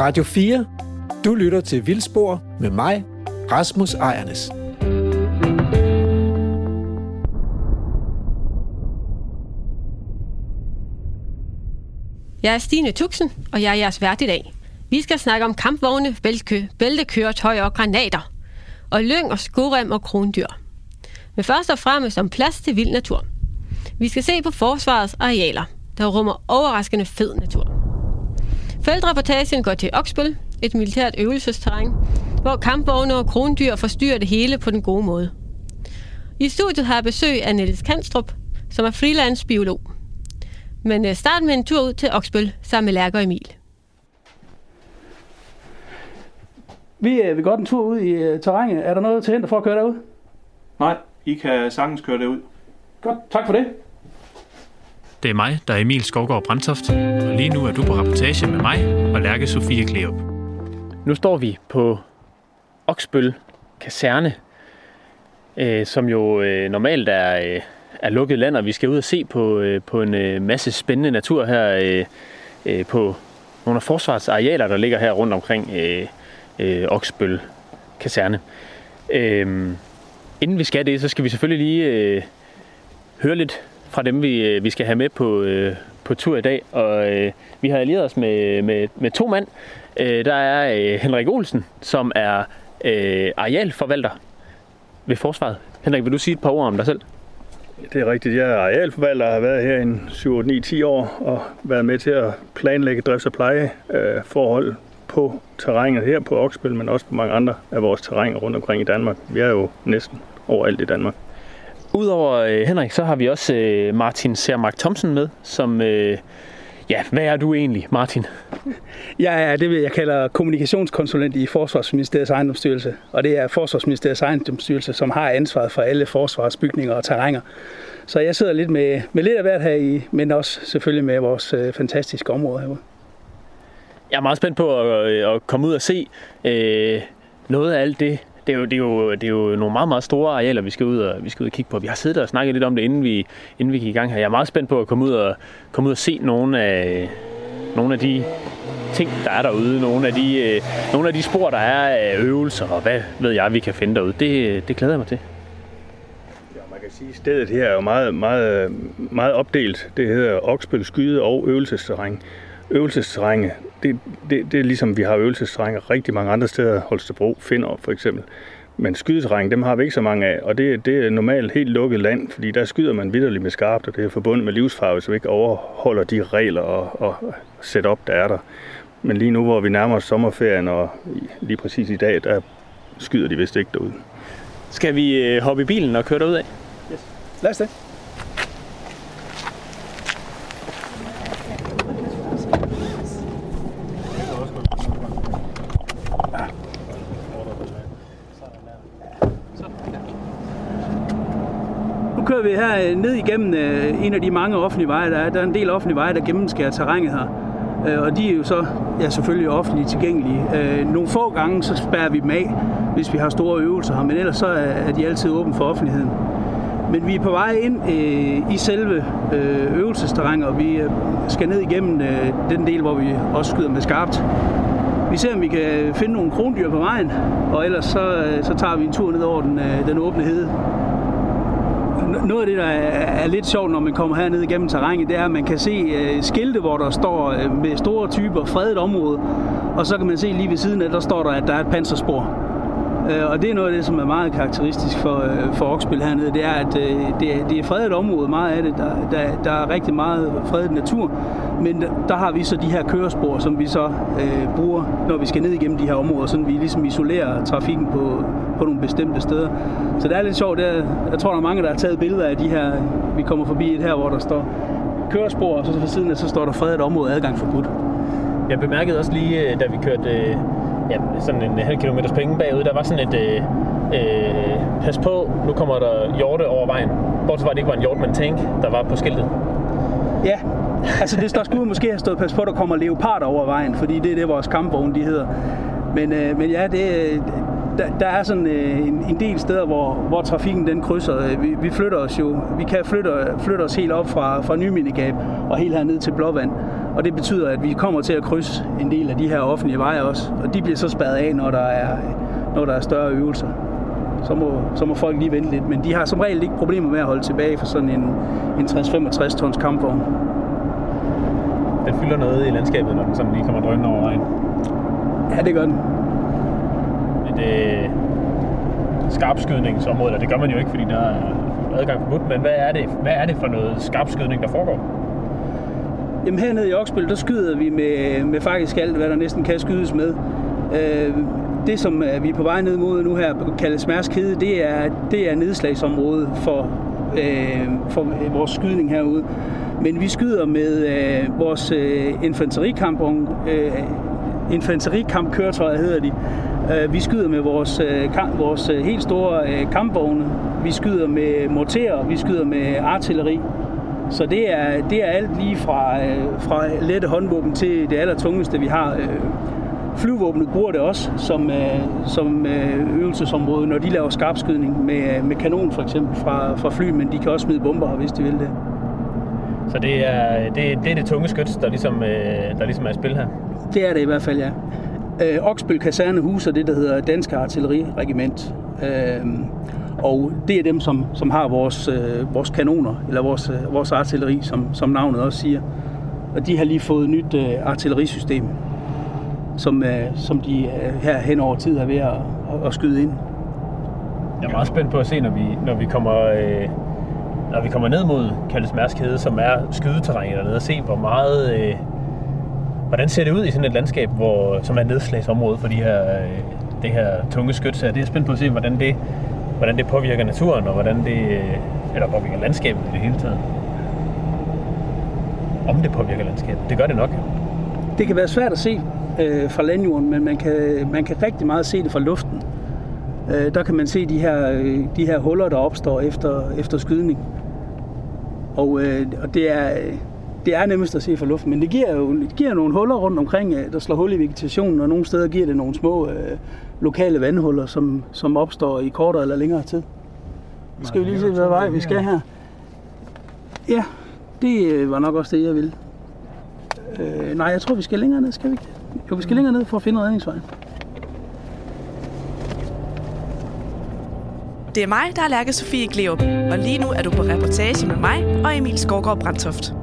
Radio 4. Du lytter til Vildspor med mig, Rasmus Ejernes. Jeg er Stine Tuxen, og jeg er jeres vært i dag. Vi skal snakke om kampvogne, bæltekøretøjer og granater, og lyng og skorem og krondyr. Men først og fremmest om plads til vild natur. Vi skal se på forsvarets arealer, der rummer overraskende fed natur. Feltreportagen går til Oksbøl, et militært øvelsesterræn, hvor kampvogne og krondyr forstyrrer det hele på den gode måde. I studiet har jeg besøg af Niels Kanstrup, som er freelance biolog. Men start med en tur ud til Oksbøl sammen med Lærke og Emil. Vi går en tur ud i terrænet. Er der noget til hinder for at køre derud? Nej, I kan sagtens køre derud. Godt, tak for det. Det er mig, der er Emil Skovgaard Brandtoft, og lige nu er du på rapportage med mig og Lærke Sofie Kleop. Nu står vi på Oksbøl Kaserne, som jo normalt er lukket land, og vi skal ud og se på en masse spændende natur her på nogle af forsvarets arealer, der ligger her rundt omkring Oksbøl Kaserne. Inden vi skal det, så skal vi selvfølgelig lige høre lidt fra dem, vi skal have med på tur i dag. Og vi har allieret os med to mand. Der er Henrik Olsen, som er arealforvalter ved Forsvaret. Henrik, vil du sige et par ord om dig selv? Det er rigtigt. Jeg er arealforvalter og har været her i 7, 9, 10 år og været med til at planlægge drifts- og plejeforhold på terrænet her på Oksbøl, men også på mange andre af vores terræner rundt omkring i Danmark. Vi er jo næsten overalt i Danmark. Udover Henrik, så har vi også Martin Sermark Thomsen med, som... hvad er du egentlig, Martin? Jeg er det, jeg kalder kommunikationskonsulent i Forsvarsministeriets ejendomsstyrelse. Og det er Forsvarsministeriets ejendomsstyrelse, som har ansvaret for alle forsvarsbygninger og terræner. Så jeg sidder lidt med lidt af hvert her men også selvfølgelig med vores fantastiske område herude. Jeg er meget spændt på at komme ud og se noget af alt det. Det er jo nogle meget, meget store arealer, vi skal ud og kigge på. Vi har siddet og snakket lidt om det, inden vi gik i gang her. Jeg er meget spændt på at komme ud og se nogle af de ting, der er derude. Nogle af de spor, der er af øvelser, og hvad ved jeg, vi kan finde derude. Det glæder jeg mig til. Ja, man kan sige, at stedet her er jo meget, meget, meget opdelt. Det hedder Oksbøl skyde- og øvelsesterræn. Øvelsesterrænet, det er ligesom vi har øvelsesterræner rigtig mange andre steder, Holstebro, Finderup for eksempel. Men skydeterræn, dem har vi ikke så mange af, og det er normalt helt lukket land, fordi der skyder man vitterligt med skarpt, og det er forbundet med livsfare, hvis vi ikke overholder de regler og setup, der er der. Men lige nu, hvor vi nærmer os sommerferien, og lige præcis i dag, der skyder de vist ikke derude. Skal vi hoppe i bilen og køre derud af? Yes. Lad os det. Nu kører vi her ned igennem en af de mange offentlige veje, der er. Der er en del offentlige veje, der gennemskærer terrænet her. Og de er jo så selvfølgelig offentligt tilgængelige. Nogle få gange så spærrer vi dem af, hvis vi har store øvelser her, men ellers så er de altid åbne for offentligheden. Men vi er på vej ind i selve øvelsesterrænet, og vi skal ned igennem den del, hvor vi også skyder med skarpt. Vi ser, om vi kan finde nogle krondyr på vejen, og ellers så tager vi en tur ned over den åbne hede. Noget af det, der er lidt sjovt, når man kommer herned igennem terrænet, det er, at man kan se skilte, hvor der står med store typer fredet område, og så kan man se lige ved siden af, der står der, at der er et panserspor. Og det er noget af det, som er meget karakteristisk for Oksbøl hernede, det er, at det er fredet område, meget af det. Der er rigtig meget fredet natur, men der har vi så de her kørespor, som vi så bruger, når vi skal ned igennem de her områder, så vi ligesom isolerer trafikken på nogle bestemte steder. Så det er lidt sjovt. Jeg tror, der er mange, der har taget billeder af de her. Vi kommer forbi et her, hvor der står kørespor, og så ved siden af, så står der fredet område, adgang forbudt. Jeg bemærkede også lige, da vi kørte sådan en halv kilometers penge bagud, der var sådan et pas på, nu kommer der hjorte over vejen. Bortset fra, at det ikke var en hjort, men tank, der var på skiltet. Ja, altså der skulle måske have stået pas på, der kommer leoparder over vejen, fordi det er det, vores kampvogne de hedder. Men ja, der er sådan en del steder, hvor trafikken den krydser. Vi flytter os jo. Vi kan flytte os helt op fra Nyminegab og helt herned til Blåvand. Og det betyder, at vi kommer til at krydse en del af de her offentlige veje også. Og de bliver så spærret af, når der er større øvelser. Så må folk lige vente lidt. Men de har som regel ikke problemer med at holde tilbage for sådan en 60-65 tons kampvogn. Den fylder noget i landskabet, når den sådan lige kommer drønende over vejen. Ja, det gør den. Et skarpskydningsområde, det gør man jo ikke, fordi der er adgang forbudt. Men hvad er det for noget skarpskydning, der foregår? Jamen hernede i Oksbøl, der skyder vi med faktisk alt, hvad der næsten kan skydes med. Det, som vi er på vej ned mod nu her, kaldes Mærsk Hede, det er nedslagsområdet for vores skydning herude. Men vi skyder med vores infanterikampkøretøjer, hedder de. Vi skyder med vores helt store kampvogne. Vi skyder med morterer, vi skyder med artilleri. Så det er alt lige fra lette håndvåben til det allertungeste, vi har. Flyvåbnet bruger det også som øvelsesområde, når de laver skarpskydning med kanon for eksempel fra fly, men de kan også smide bomber, hvis de vil det. Så det er det tunge skyts, der ligesom er i spil her? Det er det i hvert fald, ja. Oksbøl Kaserne huser det, der hedder Danske Artilleriregiment. Og det er dem, som har vores kanoner, eller vores artilleri, som navnet også siger. Og de har lige fået et nyt artillerisystem, som de her hen over tid er ved at skyde ind. Jeg er meget spændt på at se, når vi kommer ned mod kaldes Mærsk Hede, som er skydeterræn dernede, og se hvor meget... Hvordan ser det ud i sådan et landskab, som er et nedslagsområde for det her tunge skyts? Det er spændt på at se, hvordan det påvirker naturen, og eller påvirker landskabet i det hele taget. Om det påvirker landskabet. Det gør det nok. Det kan være svært at se fra landjorden, men man kan rigtig meget se det fra luften. Der kan man se de her huller, der opstår efter skydning. Og det er nemmest at se fra luften, men det giver nogle huller rundt omkring, der slår hul i vegetationen, og nogle steder giver det nogle små lokale vandhuller, som opstår i kortere eller længere tid. Skal vi lige se, hvad vej vi skal her? Ja, det var nok også det, jeg ville. Nej, jeg tror, vi skal længere ned, skal vi ikke? Jo, vi skal længere ned for at finde redningsvejen. Det er mig, der er Lærke Sofie Gleup, og lige nu er du på reportage med mig og Emil Skovgaard Brandtoft.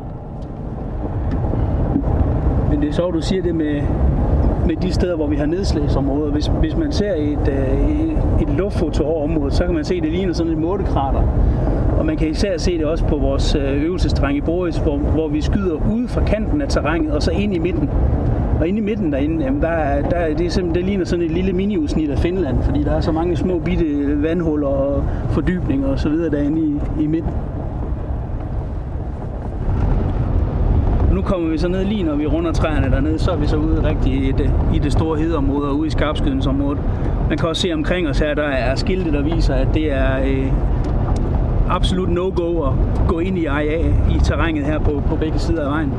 Men det er så, du siger det med de steder, hvor vi har nedslagsområder. Hvis man ser et luftfoto over området, så kan man se, at det ligner sådan et månekrater. Og man kan især se det også på vores øvelsesterræn i Boris, hvor vi skyder ude fra kanten af terrænet og så ind i midten. Og inde i midten derinde, jamen det ligner sådan et lille mini-udsnit af Finland, fordi der er så mange små bitte vandhuller og fordybninger og så videre derinde i midten. Nu kommer vi så ned lige når vi runder træerne dernede, så er vi så ude rigtig i det store hedeområde og ude i skarpskydningsområdet. Man kan også se omkring os her, der er skilte, der viser, at det er absolut no-go at gå ind i terrænet her på begge sider af vejen.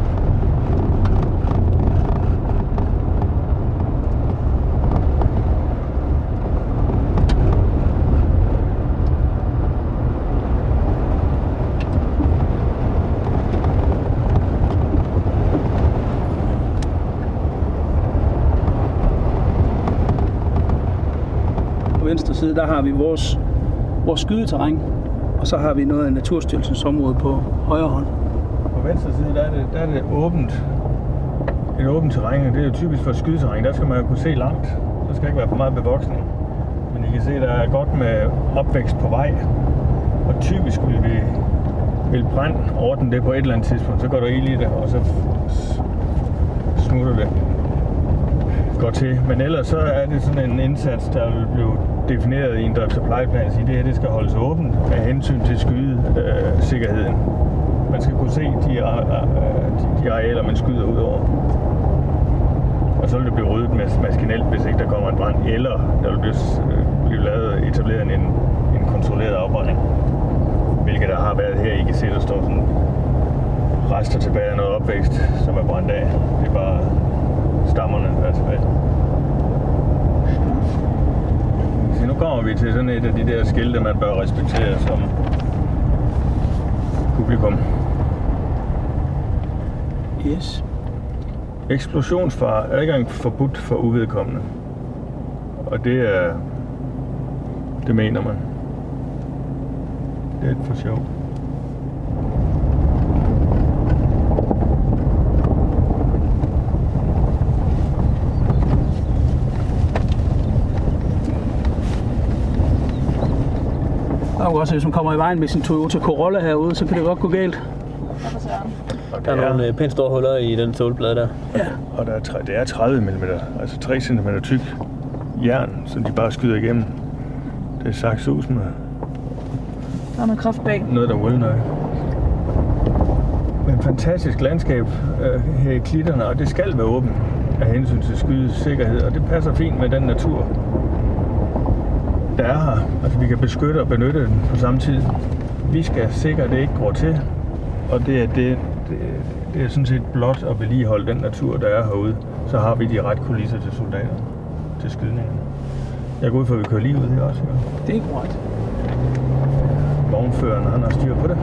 På venstre side, der har vi vores skydeterræn, og så har vi noget af Naturstyrelsens område på højre hånd. På venstre side, der er det åbent. Et åbent terræn, det er jo typisk for skydeterræn. Der skal man jo kunne se langt. Der skal ikke være for meget bevoksning. Men I kan se, der er godt med opvækst på vej. Og typisk vil brand ordne det på et eller andet tidspunkt. Så går der ild i det, og så smutter det. Går til. Men ellers så er det sådan en indsats, der vil blive defineret i en drift- og plejeplan. Så det skal holdes åbent af hensyn til skydesikkerheden. Man skal kunne se de arealer, man skyder ud over. Og så vil det blive ryddet maskinelt, hvis ikke der kommer en brand. Eller der vil blive etableret en kontrolleret afbrænding. Hvilket der har været her. I kan se, der står sådan rester tilbage af noget opvækst, som er brændt af. Det er bare stammerne, der er tilbage. Så nu kommer vi til sådan et af de der skilte, man bør respektere som publikum. Yes. Eksplosionsfare, adgang forbudt for uvedkommende. Og det mener man. Det er for sjov. Og også hvis man kommer i vejen med sin Toyota Corolla herude, så kan det godt gå galt. Der er nogle pænt store huller i den solplade der. Ja, og det er 30 mm, altså 3 cm tyk jern, som de bare skyder igennem. Det er saksus med. Der er noget kraft bag. Noget, der vil noget. Men fantastisk landskab her i klitterne, og det skal være åbent af hensyn til skydesikkerhed, og det passer fint med den natur, der er her. Altså vi kan beskytte og benytte den på samme tid. Vi skal sikre, at det ikke går til, og det er sådan set blot at vedligeholde den natur, der er herude. Så har vi de ret kulisser til soldater, til skydningerne. Jeg går ud for, at vi kører lige ud her også. Ikke? Det er korrekt. Vognføreren, han har styr på det.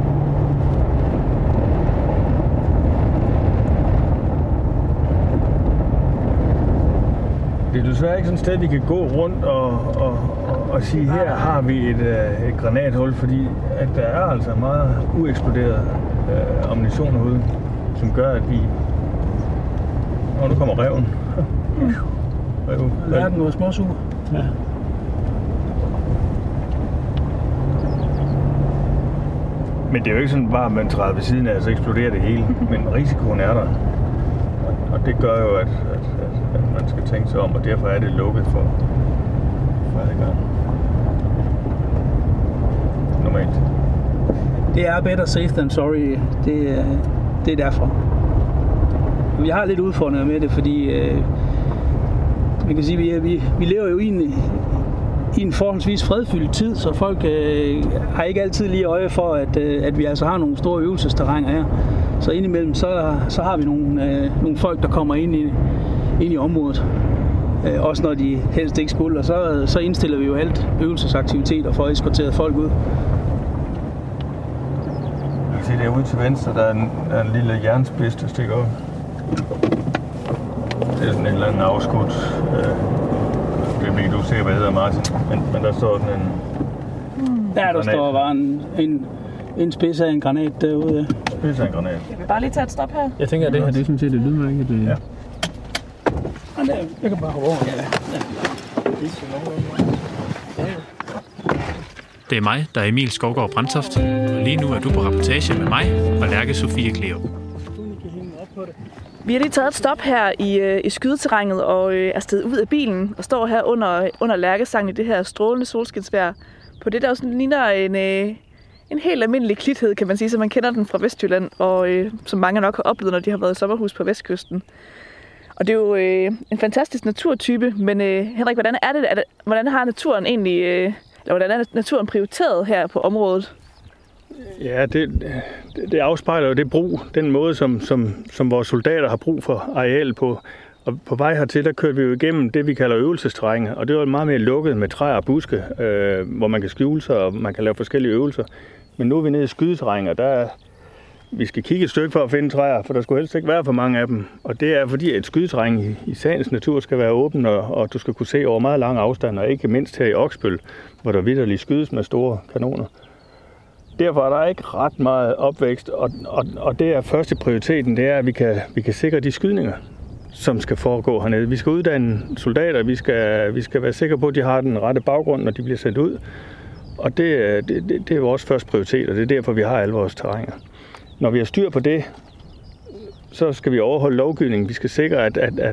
Det er desværre ikke sådan et sted, vi kan gå rundt og sige, her har vi et granathul, fordi at der er altså meget ueksploderet ammunition herude, som gør, at vi... nu kommer ræven. Rev. Lærer den noget småsuger. Ja. Men det er jo ikke sådan bare, at man træder ved siden af, så eksploderer det hele. Men risikoen er der. Og det gør jo, at man skal tænke sig om, og derfor er det lukket for adgang. Normalt. Det er better safe than sorry. Det er derfor. Vi har lidt udfordringer med det, fordi man kan sige, at vi lever jo i en forholdsvis fredfyldt tid, så folk har ikke altid lige øje for, at vi altså har nogle store øvelsesterrænger her. Så indimellem så har vi nogle folk, der kommer ind i området. Også når de helst ikke skulle, og så indstiller vi jo alt øvelsesaktiviteter for at eskortere folk ud. Jeg kan se derude til venstre, der er en lille jernspids, der stikker op. Det er sådan en eller anden afskudt. Jeg ved ikke, du ser, hvad det hedder, Martin. Men der står sådan en... Der står bare en spids af en granat derude. Spids af en granat. Jeg vil bare lige tage et stop her. Jeg tænker, at det her det er sådan set et lydmærke. Ja. Jeg kan bare hoppe over. Ja. Det er mig, der er Emil Skovgaard Brandtoft, og lige nu er du på rapportage med mig og Lærke Sofie Kleop. Vi har lige taget et stop her i skydeterrænet og er steget ud af bilen og står her under Lærkesangen i det her strålende solskinsvejr. På det der sådan ligner en helt almindelig klithed, kan man sige, som man kender den fra Vestjylland, og som mange nok har oplevet, når de har været i sommerhus på Vestkysten. Og det er jo en fantastisk naturtype, men Henrik, hvordan har naturen egentlig, eller hvordan er naturen prioriteret her på området? Ja, det afspejler jo det brug, den måde, som vores soldater har brug for areal på. Og på vej hertil, der kørte vi jo igennem det, vi kalder øvelsesterrænger, og det var meget mere lukket med træer og buske, hvor man kan skjule sig, og man kan lave forskellige øvelser. Men nu er vi nede i skydeterrænger, vi skal kigge et stykke for at finde træer, for der skulle helst ikke være for mange af dem. Og det er fordi, at et skydeterræn i sagens natur skal være åben, og du skal kunne se over meget lange afstande, og ikke mindst her i Oksbøl, hvor der vitterligt skydes med store kanoner. Derfor er der ikke ret meget opvækst, og det er første prioriteten, det er, at vi kan sikre de skydninger, som skal foregå hernede. Vi skal uddanne soldater, vi skal være sikre på, at de har den rette baggrund, når de bliver sendt ud. Og det er vores første prioritet, og det er derfor, vi har alle vores terrænger. Når vi har styr på det, så skal vi overholde lovgivningen. Vi skal sikre,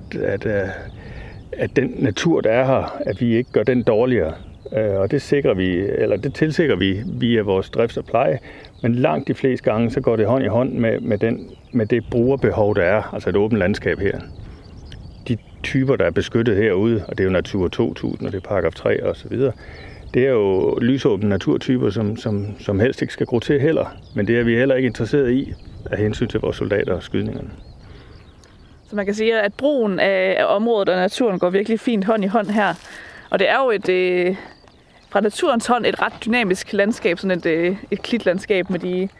at den natur, der er her, at vi ikke gør den dårligere. Og det tilsikrer vi via vores drift og pleje. Men langt de fleste gange, så går det hånd i hånd med det brugerbehov, der er. Altså et åbent landskab her. De typer, der er beskyttet herude, og det er jo Natur 2000, og det er paragraf 3 og så videre. Det er jo lysåbne naturtyper, som helst ikke skal gro til heller. Men det er vi heller ikke interesseret i af hensyn til vores soldater og skydningerne. Så man kan sige, at brugen af området og naturen går virkelig fint hånd i hånd her. Og det er jo fra naturens hånd et ret dynamisk landskab, sådan et klitlandskab med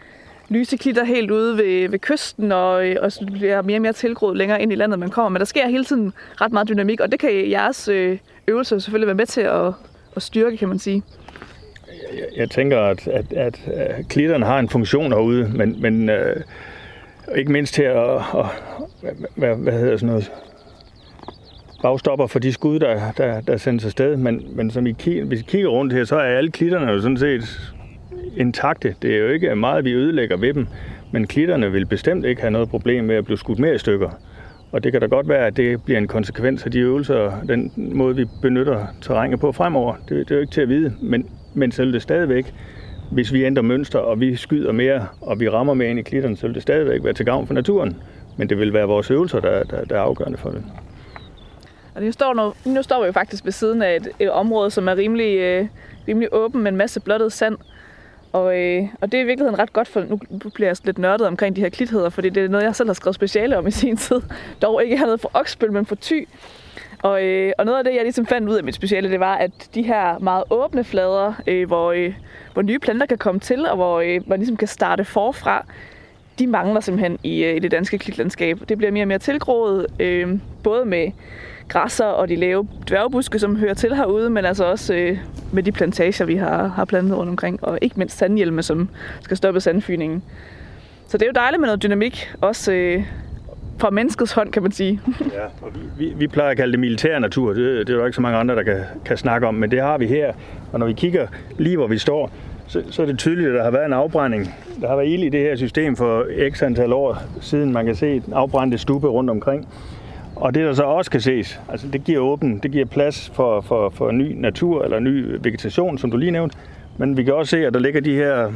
lyse klitter helt ude ved kysten, og så bliver mere og mere tilgroet længere ind i landet, man kommer. Men der sker hele tiden ret meget dynamik, og det kan jeres øvelser selvfølgelig være med til at styrke, kan man sige. Jeg tænker, at klitterne har en funktion herude, men ikke mindst til at hvad hedder sådan noget, bagstopper for de skud, der sendes afsted. Men som hvis I kigger rundt her, så er alle klitterne jo sådan set intakte. Det er jo ikke meget, vi ødelægger ved dem, men klitterne vil bestemt ikke have noget problem med at blive skudt mere i stykker. Og det kan da godt være, at det bliver en konsekvens af de øvelser, den måde, vi benytter terrænet på fremover. Det er jo ikke til at vide, men selv det stadigvæk, hvis vi ændrer mønster, og vi skyder mere, og vi rammer mere ind i klitterne, så vil det stadigvæk være til gavn for naturen. Men det vil være vores øvelser, der er afgørende for det. Og nu står vi jo faktisk ved siden af et område, som er rimelig åben med en masse blottet sand. Og det er i virkeligheden ret godt, for nu bliver jeg lidt nørdet omkring de her klitheder, fordi det er noget, jeg selv har skrevet speciale om i sin tid. Dog ikke hernede for Oksbøl, men for Thy. Og noget af det, jeg ligesom fandt ud af mit speciale, det var, at de her meget åbne flader, hvor nye planter kan komme til, og hvor man ligesom kan starte forfra, de mangler simpelthen i det danske klitlandskab. Det bliver mere og mere tilgroet, både med græsser og de lave dværgbuske, som hører til herude, men altså også med de plantager, vi har plantet rundt omkring, og ikke mindst sandhjelme, som skal stoppe sandfyningen. Så det er jo dejligt med noget dynamik, også fra menneskets hånd, kan man sige. Ja, og vi plejer at kalde det militær natur. Det er jo ikke så mange andre, der kan snakke om, men det har vi her. Og når vi kigger lige, hvor vi står, så er det tydeligt, at der har været en afbrænding. Der har været ild i det her system for x antal år siden. Man kan se en afbrændte stube rundt omkring. Og det, der så også kan ses, altså det giver plads for ny natur eller ny vegetation, som du lige nævnte. Men vi kan også se, at der ligger de her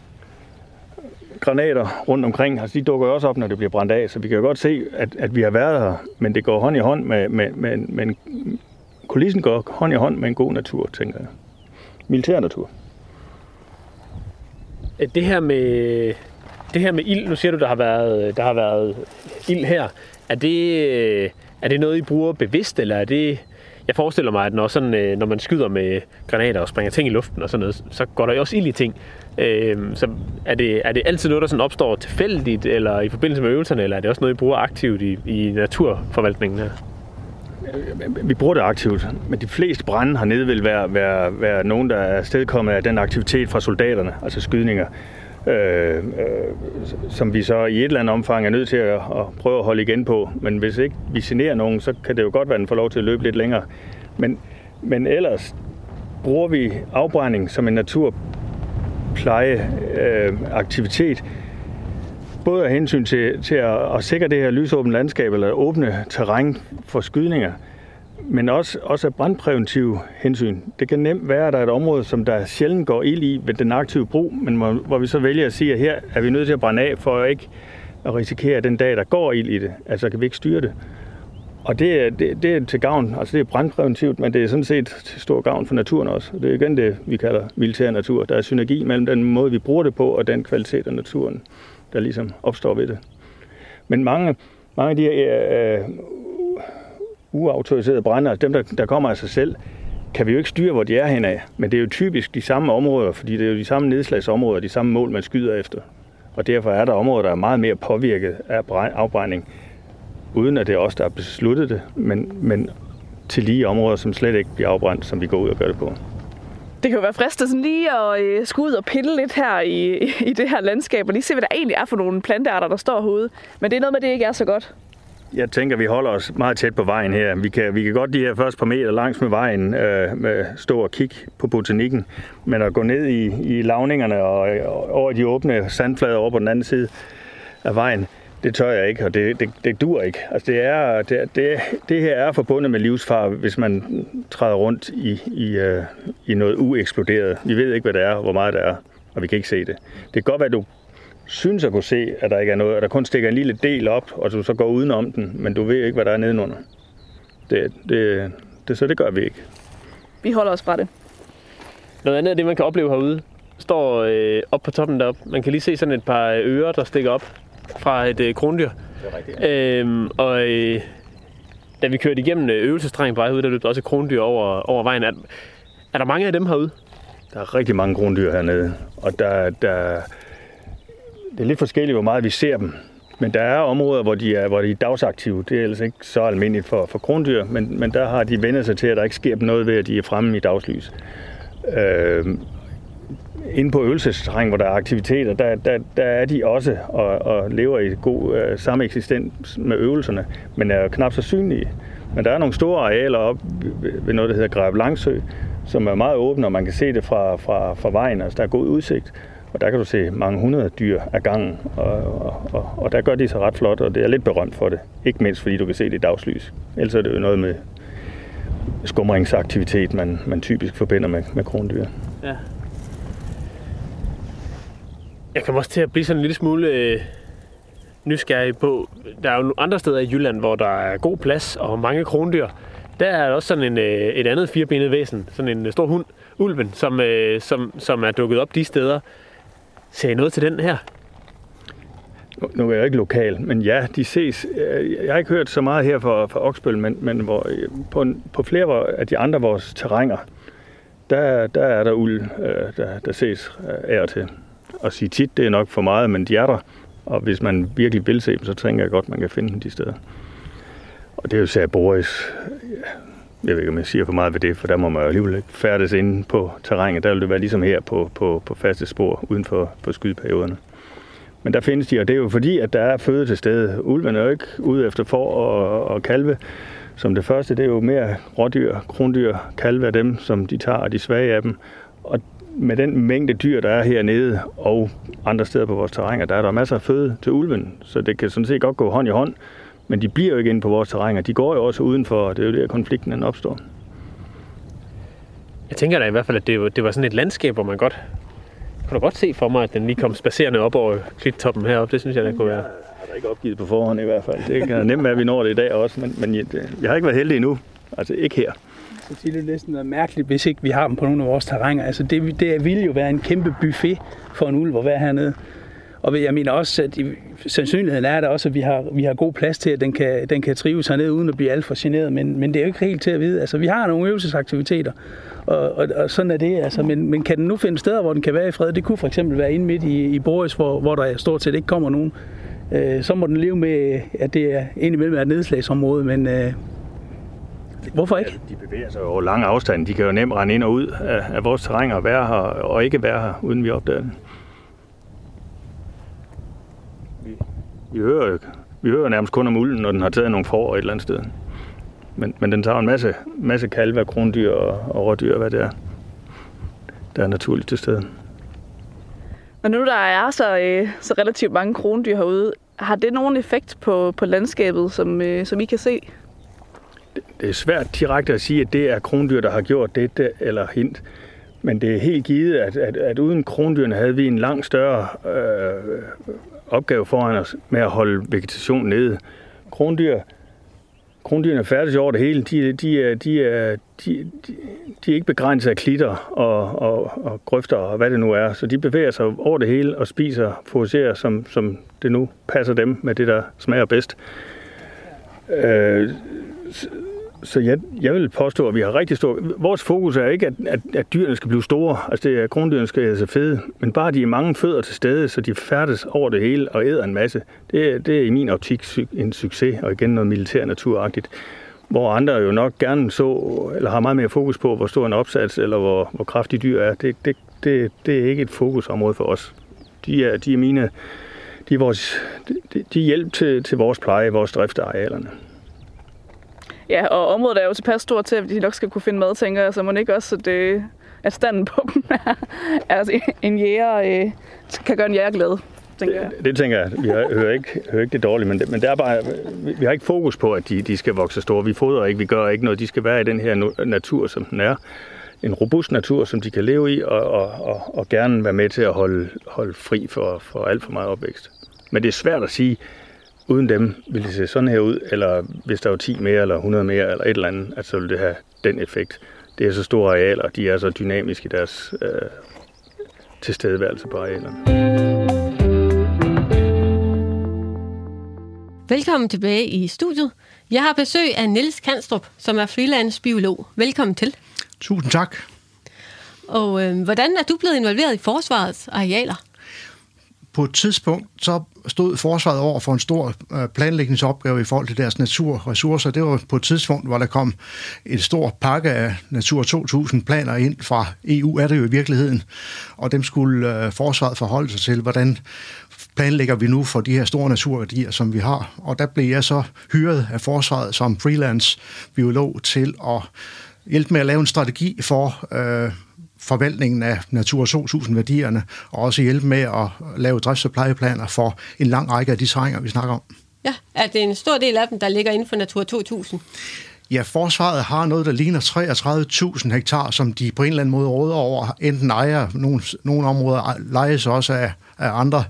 granater rundt omkring. Altså de dukker også op, når det bliver brændt af. Så vi kan jo godt se, at vi har været her, men det går hånd i hånd med kulissen går hånd i hånd med en god natur, tænker jeg. Militær natur. Det her med ild, nu siger du, der har været ild her. Er det noget, I bruger bevidst, eller er det... Jeg forestiller mig, at når man skyder med granater og springer ting i luften og sådan noget, så går der jo også ild i ting. Så er det altid noget, der sådan opstår tilfældigt, eller i forbindelse med øvelserne, eller er det også noget, I bruger aktivt i naturforvaltningen her? Vi bruger det aktivt, men de fleste brande hernede vil være nogen, der er stedkommet af den aktivitet fra soldaterne, altså skydninger, som vi så i et eller andet omfang er nødt til at prøve at holde igen på. Men hvis ikke vi generer nogen, så kan det jo godt være, at den får lov til at løbe lidt længere. Men ellers bruger vi afbrænding som en naturplejeaktivitet, både af hensyn til at sikre det her lysåbent landskab eller åbne terræn for skydninger, men også af brandpræventive hensyn. Det kan nemt være, at der er et område, som der sjældent går ild i ved den aktive brug, men hvor vi så vælger at sige, at her er vi nødt til at brænde af, for ikke at risikere den dag, der går ild i det. Altså kan vi ikke styre det. Og det er til gavn, altså det er brandpræventivt, men det er sådan set til stor gavn for naturen også. Det er igen det, vi kalder militær natur. Der er synergi mellem den måde, vi bruger det på, og den kvalitet af naturen, der ligesom opstår ved det. Men mange af de her uautoriserede brænder, dem der kommer af sig selv, kan vi jo ikke styre, hvor de er henad. Men det er jo typisk de samme områder, fordi det er jo de samme nedslagsområder, de samme mål, man skyder efter. Og derfor er der områder, der er meget mere påvirket af afbrænding, uden at det er os, der har besluttet det, men til lige områder, som slet ikke bliver afbrændt, som vi går ud og gør det på. Det kan jo være fristende sådan lige at skulle ud og pille lidt her i det her landskab, og lige se, hvad der egentlig er for nogle plantearter, der står herude. Men det er noget med, det ikke er så godt. Jeg tænker, vi holder os meget tæt på vejen her. Vi kan godt de her første par meter langs med vejen med stå og kigge på botanikken, men at gå ned i lavningerne og over de åbne sandflader over på den anden side af vejen, det tør jeg ikke, og det dur ikke. Altså det her er forbundet med livsfare, hvis man træder rundt i noget ueksploderet. Vi ved ikke, hvad det er, hvor meget det er, og vi kan ikke se det. Det kan godt være, at du synes at kunne se, at der ikke er noget, at der kun stikker en lille del op, og du så går udenom den, men du ved ikke, hvad der er nedenunder. Så det gør vi ikke. Vi holder os fra det. Noget andet af det, man kan opleve herude, står op på toppen deroppe. Man kan lige se sådan et par ører, der stikker op fra et krondyr. Da vi kørte igennem øvelsestræng på vej herude, der løb også et krondyr over vejen. Er der mange af dem herude? Der er rigtig mange krondyr hernede, og der er lidt forskelligt, hvor meget vi ser dem. Men der er områder, hvor de er dagsaktive. Det er ellers ikke så almindeligt for krondyr, men der har de vendt sig til, at der ikke sker noget ved, at de er fremme i dagslys. Inde på øvelsesterræn, hvor der er aktiviteter, der er de også og lever i god sameksistens med øvelserne, men er knap så synlige. Men der er nogle store arealer op ved noget, der hedder Greve Langsø, som er meget åbne, og man kan se det fra vejen. Altså, der er god udsigt, og der kan du se mange hundrede dyr ad gangen, og der gør de sig ret flot, og det er lidt berømt for det. Ikke mindst fordi du kan se det i dagslys. Ellers er det jo noget med skumringsaktivitet, man typisk forbinder med krondyr. Ja. Jeg kommer også til at blive sådan en lille smule nysgerrig på, der er jo andre steder i Jylland, hvor der er god plads og mange krondyr. Der er også sådan et andet firbenet væsen, sådan en stor hund, ulven, som er dukket op de steder. Ser I noget til den her? Nu er jeg ikke lokal, men ja, de ses. Jeg har ikke hørt så meget her fra Oksbøl, men hvor, på flere af de andre vores terrænger, der er der ulv, der ses af og til. Og sige tit, det er nok for meget, men de er der. Og hvis man virkelig vil se dem, så tænker jeg godt, man kan finde dem de steder. Og det er jo især Boris. Jeg ved ikke, om jeg siger for meget ved det, for der må man jo alligevel ikke færdes inde på terrænet. Der vil det være ligesom her på faste spor, uden for skydeperioderne. Men der findes de, og det er jo fordi, at der er føde til stede. Ulven er jo ikke ude efter får og kalve. Som det første, det er jo mere rådyr, krondyr, kalve af dem, som de tager, og de svage af dem. Og med den mængde dyr, der er hernede og andre steder på vores terrænger, der er der masser af føde til ulven. Så det kan sådan set godt gå hånd i hånd. Men de bliver jo ikke inde på vores terrænger. De går jo også udenfor, og det er jo der, konflikten opstår. Jeg tænker da i hvert fald, at det var sådan et landskab, hvor man kunne godt se for mig, at den lige kom spacerende op over klittoppen heroppe. Det synes jeg, der kunne være. Jeg har da ikke opgivet på forhånd i hvert fald. Det kan nemt være, at vi når det i dag også, men jeg har ikke været heldig endnu. Altså ikke her. Så det er næsten noget mærkeligt, hvis ikke vi har dem på nogle af vores terrænger. Altså det ville jo være en kæmpe buffet for en ulv at være hernede. Og jeg mener også, at sandsynligheden er der også, at vi har god plads til, at den kan trives hernede uden at blive alt for generet. Men det er jo ikke helt til at vide. Altså vi har nogle øvelsesaktiviteter, og sådan er det. Altså, men kan den nu finde steder, hvor den kan være i fred? Det kunne for eksempel være inde midt i Boris, hvor der stort set ikke kommer nogen. Så må den leve med, at det er indimellem et nedslagsområde, men hvorfor ikke? De bevæger sig over lange afstande. De kan jo nemt rende ind og ud af vores terræn og være her og ikke være her, uden vi opdager det. Vi hører nærmest kun om ulden, når den har taget nogle får et eller andet sted. Men den tager en masse kalve, krondyr og rådyr, hvad det er, der er naturligt til stede. Og nu der er så relativt mange krondyr herude, har det nogen effekt på landskabet, som I kan se? Det er svært direkte at sige, at det er krondyr, der har gjort det eller hint. Men det er helt givet, at uden krondyrene havde vi en langt større opgave foran os med at holde vegetationen nede. Krondyrene færdes over det hele. De er ikke begrænset af klitter og grøfter og hvad det nu er. Så de bevæger sig over det hele og spiser, fokuserer, som det nu passer dem med det, der smager bedst. Så jeg vil påstå, at vi har rigtig stor. Vores fokus er ikke, at dyrene skal blive store. Altså det er, krondyrene skal være så fede. Men bare de er mange fødder til stede, så de færdes over det hele og æder en masse. Det er i min optik en succes, og igen noget militær naturagtigt. Hvor andre jo nok gerne så, eller har meget mere fokus på, hvor stor en opsats, eller hvor kraftige dyr er. Det er ikke et fokusområde for os. De er hjælp til vores pleje, vores drift af arealerne. Ja, og området er jo tilpas stort til, at de nok skal kunne finde mad, tænker jeg. Så må ikke også, at standen på dem er altså en jæger kan gøre en jæger glad, tænker jeg. Det tænker jeg. Vi hører ikke det dårligt, men det er bare, vi har ikke fokus på, at de skal vokse store. Vi fodrer ikke, vi gør ikke noget. De skal være i den her natur, som den er. En robust natur, som de kan leve i, og gerne være med til at holde fri for alt for meget opvækst. Men det er svært at sige, uden dem vil det se sådan her ud, eller hvis der var 10 mere, eller 100 mere, eller et eller andet, at så vil det have den effekt. Det er så store arealer, de er så dynamiske i deres tilstedeværelse på arealerne. Velkommen tilbage i studiet. Jeg har besøg af Niels Kanstrup, som er freelance biolog. Velkommen til. Tusind tak. Og hvordan er du blevet involveret i forsvarets arealer? på et tidspunkt, så stod forsvaret over for en stor planlægningsopgave i forhold til deres naturressourcer. Det var på et tidspunkt, hvor der kom en stor pakke af Natur 2000 planer ind fra EU, er det jo i virkeligheden, og dem skulle forsvaret forholde sig til, hvordan planlægger vi nu for de her store naturværdier, som vi har. Og der blev jeg så hyret af forsvaret som freelance biolog til at hjælpe med at lave en strategi for forvaltningen af Natur 2000-værdierne, og også hjælpe med at lave drifts- og plejeplaner for en lang række af de terrænger, vi snakker om. Ja, er det en stor del af dem, der ligger inden for Natur 2000? Ja, forsvaret har noget, der ligner 33.000 hektar, som de på en eller anden måde råder over. Enten ejer, nogle områder lejes også af andre.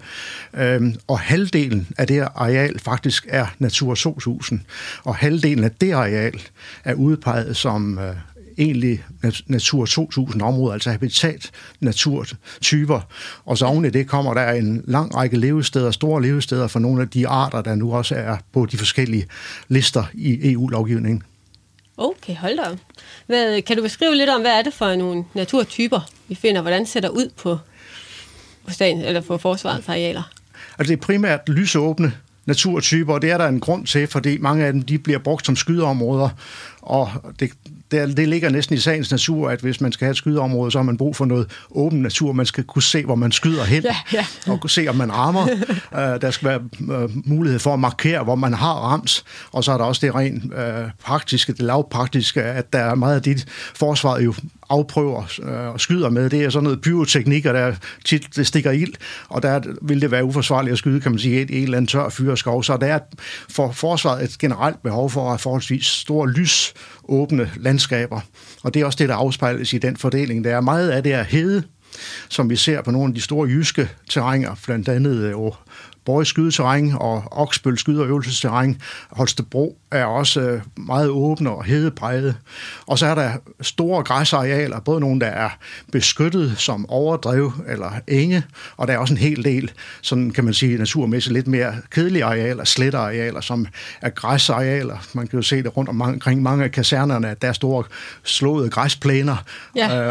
Og halvdelen af det areal faktisk er Natur 2000. Og halvdelen af det areal er udpeget som egentlig Natur 2000 områder, altså habitat naturtyper. Og så oven i det kommer der en lang række levesteder, store levesteder for nogle af de arter, der nu også er på de forskellige lister i EU-lovgivningen. Okay, hold da op. Kan du beskrive lidt om, hvad er det for nogle naturtyper, vi finder? Hvordan ser der ud på staten eller på forsvarets arealer? Altså det er primært lysåbne naturtyper, og det er der en grund til, fordi mange af dem de bliver brugt som skydeområder, og det ligger næsten i sagens natur, at hvis man skal have et skydeområde, så har man brug for noget åben natur. Man skal kunne se, hvor man skyder hen, og kunne se, om man rammer. Der skal være mulighed for at markere, hvor man har ramt, og så er der også det rent praktiske, det lavpraktiske, at der er meget af det, forsvaret jo afprøver og skyder med. Det er sådan noget pyroteknik, og der tit det stikker ild, og der vil det være uforsvarligt at skyde, kan man sige, et eller andet tør fyreskov. Så der er for forsvaret et generelt behov for at have forholdsvis store lysåbne landskaber. Og det er også det, der afspejles i den fordeling. Der er meget af det her hede, som vi ser på nogle af de store jyske terrænger, blandt andet Borges skydeterræn og Oksbøl skyde- og øvelsesterræn. Holstebro er også meget åbne og hedepræget. Og så er der store græsarealer, både nogle, der er beskyttet som overdrev eller enge, og der er også en hel del, sådan kan man sige naturmæssigt lidt mere kedelige arealer, slettearealer, som er græsarealer. Man kan jo se det rundt omkring mange af kasernerne, at der er store slåede græsplæner. Ja.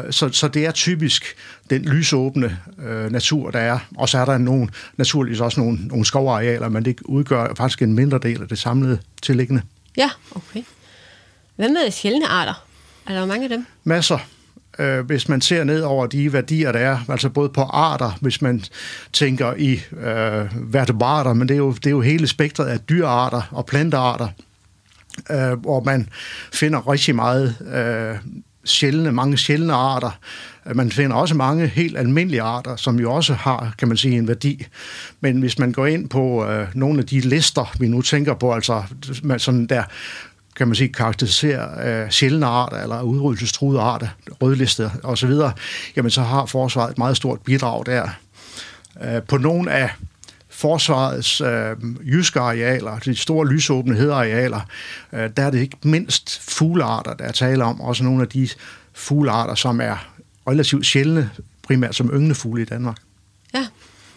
Så det er typisk den lysåbne natur, der er. Og så er der naturligvis også nogle skovarealer, men det udgør faktisk en mindre del af det samlede tilliggende. Ja, okay. Hvad med sjældne arter? Er der mange af dem? Masser. Hvis man ser ned over de værdier, der er, altså både på arter, hvis man tænker i vertebrater, men det er jo hele spektret af dyrearter og plantearter, hvor man finder rigtig meget mange sjældne arter. Man finder også mange helt almindelige arter, som jo også har, kan man sige, en værdi. Men hvis man går ind på nogle af de lister, vi nu tænker på, altså sådan der, kan man sige, karakteriserer sjældne arter eller udryddelsestruede arter, rødlister osv., jamen så har forsvaret et meget stort bidrag der. På nogle af forsvarets jyske arealer, de store lysåbne hedearealer, der er det ikke mindst fuglearter, der er tale om. Også nogle af de fuglearter, som er relativt sjældne, primært som ynglefugle i Danmark. Ja.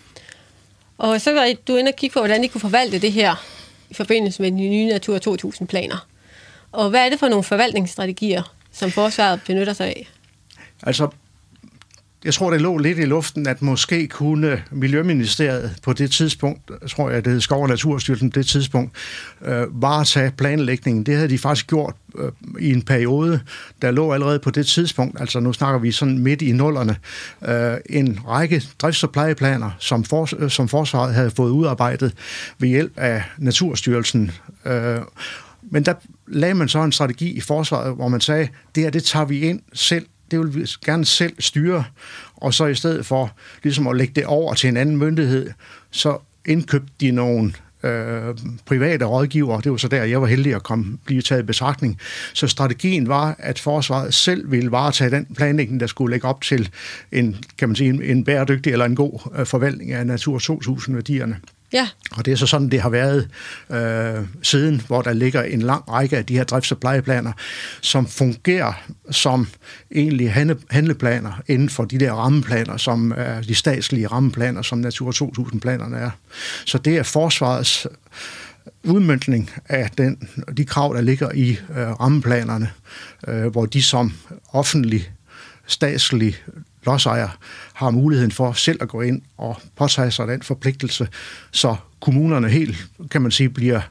Og så var du inde og kigge på, hvordan I kunne forvalte det her i forbindelse med de nye Natur 2000-planer. Og hvad er det for nogle forvaltningsstrategier, som forsvaret benytter sig af? Altså, jeg tror, det lå lidt i luften, at måske kunne Miljøministeriet på det tidspunkt, tror jeg, det hed Skov- og Naturstyrelsen på det tidspunkt, varetage planlægningen. Det havde de faktisk gjort i en periode, der lå allerede på det tidspunkt, altså nu snakker vi sådan midt i nullerne, en række drifts- og plejeplaner, som forsvaret havde fået udarbejdet ved hjælp af Naturstyrelsen. Men der lagde man så en strategi i forsvaret, hvor man sagde, det tager vi ind selv. Det vil vi gerne selv styre, og så i stedet for ligesom at lægge det over til en anden myndighed, så indkøbte de nogle private rådgivere. Det var så der, jeg var heldig at blive taget i betragtning. Så strategien var, at forsvaret selv ville varetage den planlægning, der skulle lægge op til en bæredygtig eller en god forvaltning af Natur 2000-værdierne. Ja. Og det er så sådan, det har været siden, hvor der ligger en lang række af de her drifts- og plejeplaner, som fungerer som egentlig handleplaner inden for de der rammeplaner, som er de statslige rammeplaner, som Natur 2000-planerne er. Så det er forsvarets udmøntning af de krav, der ligger i rammeplanerne, hvor de som offentlig statslig lodsejer har muligheden for selv at gå ind og påtage sig den forpligtelse, så kommunerne helt, kan man sige, bliver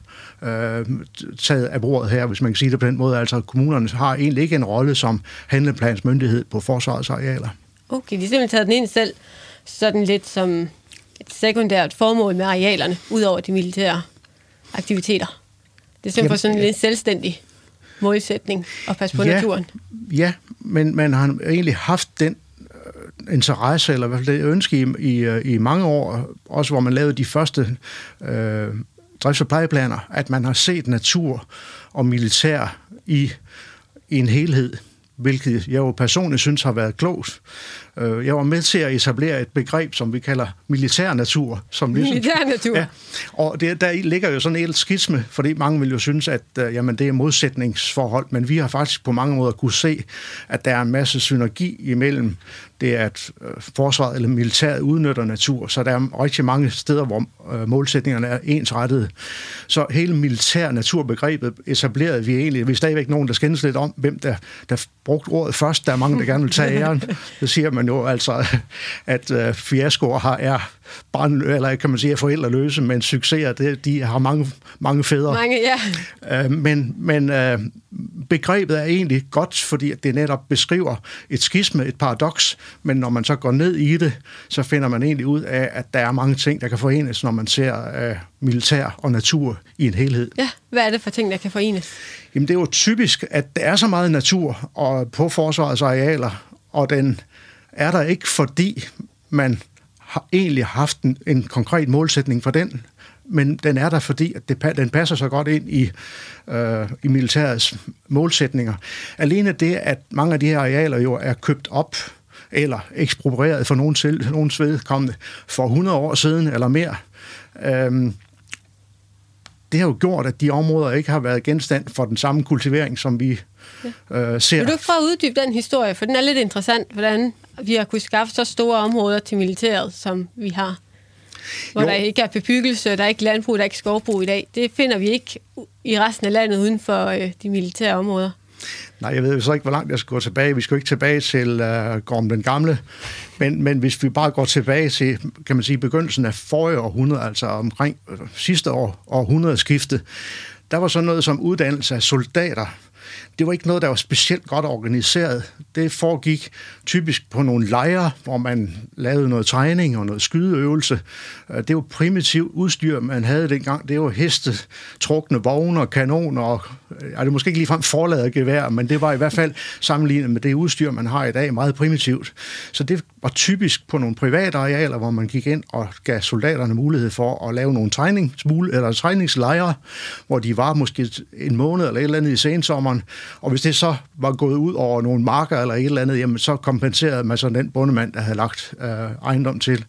taget af bordet her, hvis man kan sige det på den måde. Altså, kommunerne har egentlig ikke en rolle som handleplansmyndighed på forsvarets arealer. Okay, de har simpelthen taget den ind selv, sådan lidt som et sekundært formål med arealerne, ud over de militære aktiviteter. Det er simpelthen sådan en lidt selvstændig målsætning at passe på naturen. Ja, men man har egentlig haft den interesse, eller i hvert fald det ønske i mange år, også hvor man lavede de første drifts- og plejeplaner, at man har set natur og militær i en helhed, hvilket jeg jo personligt synes har været klogt. Jeg var med til at etablere et begreb, som vi kalder militær natur. Militær natur? Ja, og der ligger jo sådan et skisme, fordi mange vil jo synes, at jamen, det er modsætningsforhold, men vi har faktisk på mange måder kunne se, at der er en masse synergi imellem det, at forsvaret eller militæret udnytter natur, så der er rigtig mange steder, hvor målsætningerne er ensrettede. Så hele militær naturbegrebet etablerede vi egentlig. Vi er stadigvæk nogen, der skændes lidt om, hvem der brugte ordet først. Der er mange, der gerne vil tage æren. Det siger man jo altså, at fiaskoer er eller kan man sige, forældreløse, men succeser, de har mange fædre. Men begrebet er egentlig godt, fordi det netop beskriver et skisme, et paradoks, men når man så går ned i det, så finder man egentlig ud af, at der er mange ting, der kan forenes, når man ser militær og natur i en helhed. Ja, hvad er det for ting, der kan forenes? Jamen, det er jo typisk, at der er så meget natur og på forsvarets arealer, og den er der ikke, fordi man har egentlig haft en konkret målsætning for den, men den er der, fordi at den passer så godt ind i militærets målsætninger. Alene det, at mange af de her arealer jo er købt op eller eksproprieret for nogens vedkommende for 100 år siden eller mere, det har jo gjort, at de områder ikke har været genstand for den samme kultivering, som vi ser. Vil du ikke prøve at uddybe den historie, for den er lidt interessant, hvordan vi har kunnet skaffe så store områder til militæret, som vi har. Hvor der ikke er bebyggelse, der er ikke landbrug, der er ikke skovbrug i dag. Det finder vi ikke i resten af landet uden for de militære områder. Nej, jeg ved så ikke, hvor langt jeg skal gå tilbage. Vi skal jo ikke tilbage til Gorm den Gamle. Men hvis vi bare går tilbage til, kan man sige, begyndelsen af forrige århundrede, altså omkring sidste århundredeskifte, der var sådan noget som uddannelse af soldater. Det var ikke noget, der var specielt godt organiseret. Det foregik typisk på nogle lejre, hvor man lavede noget træning og noget skydeøvelse. Det var primitivt udstyr, man havde dengang. Det var heste, trukne vogne og kanoner. Og, det er måske ikke ligefrem forladet gevær, men det var i hvert fald sammenlignet med det udstyr, man har i dag, meget primitivt. Så det var typisk på nogle private arealer, hvor man gik ind og gav soldaterne mulighed for at lave nogle træningslejre, hvor de var måske en måned eller et eller andet i sensommeren. Og hvis det så var gået ud over nogle marker eller et eller andet, jamen så kompenserede man så den bondemand, der havde lagt ejendom til.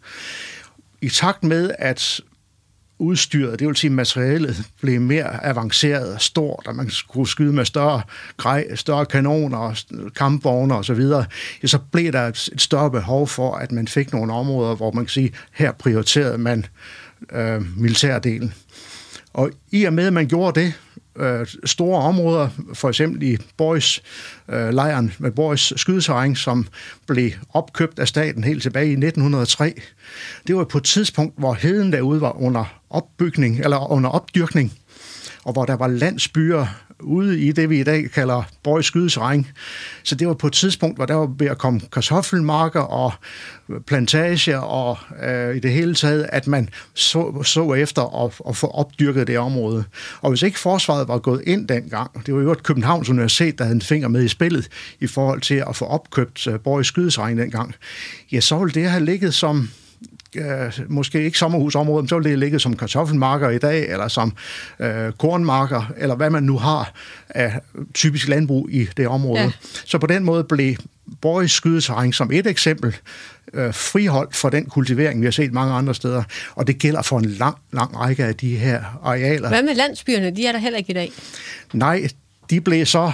I takt med, at udstyret, det vil sige materialet, blev mere avanceret og stort, og man skulle skyde med større kanoner, kampvogne og så videre, så blev der et større behov for, at man fik nogle områder, hvor man kan sige, her prioriterede man militærdelen. Og i og med, at man gjorde det, store områder, for eksempel i Boris-lejren med Boris skydeterræn, som blev opkøbt af staten helt tilbage i 1903. Det var på et tidspunkt, hvor heden derude var under opbygning eller under opdyrkning, og hvor der var landsbyer ude i det, vi i dag kalder Boris skydeterræn. Så det var på et tidspunkt, hvor der var ved at komme kartoffelmarker og plantager og i det hele taget, at man så efter at få opdyrket det område. Og hvis ikke forsvaret var gået ind dengang, det var jo et Københavns Universitet, der havde en finger med i spillet i forhold til at få opkøbt Boris skydeterræn dengang, ja, så ville det have ligget som måske ikke sommerhusområder, men så ville det ligge som kartoffelmarker i dag, eller som kornmarker, eller hvad man nu har af typisk landbrug i det område. Ja. Så på den måde blev Boris skydeterræn som et eksempel friholdt for den kultivering, vi har set mange andre steder, og det gælder for en lang række af de her arealer. Hvad med landsbyerne? De er der heller ikke i dag. Nej, de blev så,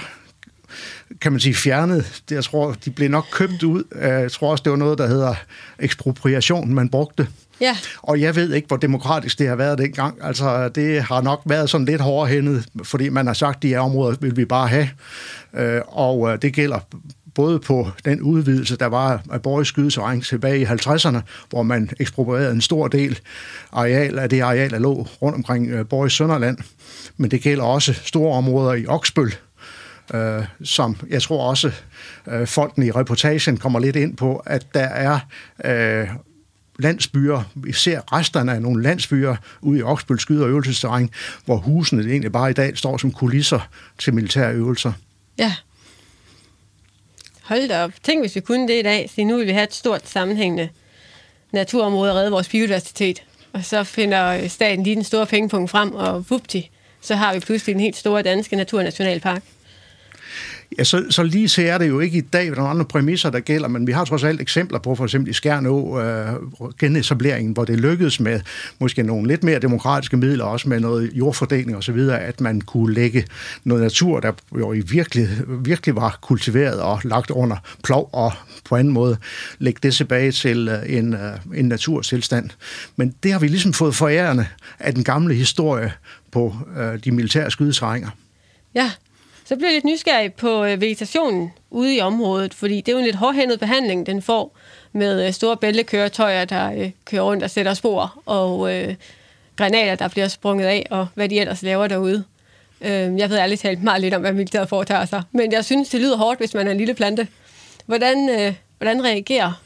kan man sige, fjernet. Jeg tror, de blev nok købt ud. Jeg tror også, det var noget, der hedder ekspropriation, man brugte. Ja. Og jeg ved ikke, hvor demokratisk det har været dengang. Altså, det har nok været sådan lidt hårdhændet, fordi man har sagt, at de her områder vil vi bare have. Og det gælder både på den udvidelse, der var af Borges skydeterræn tilbage i 50'erne, hvor man eksproprierede en stor del af det areal, der lå rundt omkring Borges Sønderland. Men det gælder også store områder i Oksbøl, som jeg tror også folkene i reportagen kommer lidt ind på, at der er landsbyer, vi ser resterne af nogle landsbyer ude i Oksbøl skyde- og øvelsesterræn, hvor husene egentlig bare i dag står som kulisser til militære øvelser. Ja. Hold da op. Tænk, hvis vi kunne det i dag. Så nu vil vi have et stort sammenhængende naturområde og redde vores biodiversitet. Og så finder staten lige den store pengepunkt frem, og vupti, så har vi pludselig en helt store danske naturnationalpark. Ja, så lige så er det jo ikke i dag, nogle andre præmisser, der gælder, men vi har trods alt eksempler på, for eksempel i Skjernå, genetableringen, hvor det lykkedes med måske nogle lidt mere demokratiske midler, også med noget jordfordeling og så videre, at man kunne lægge noget natur, der jo i virkelig var kultiveret og lagt under plov, og på anden måde lægge det tilbage til en naturtilstand. Men det har vi ligesom fået forærende af den gamle historie på de militære skydeterrænger. Ja. Så bliver jeg lidt nysgerrig på vegetationen ude i området, fordi det er jo en lidt hårdhændet behandling, den får med store bæltekøretøjer, der kører rundt og sætter spor, og granater, der bliver sprunget af, og hvad de ellers laver derude. Jeg ved ærligt talt meget lidt om, hvad militæret foretager sig, men jeg synes, det lyder hårdt, hvis man er en lille plante. Hvordan reagerer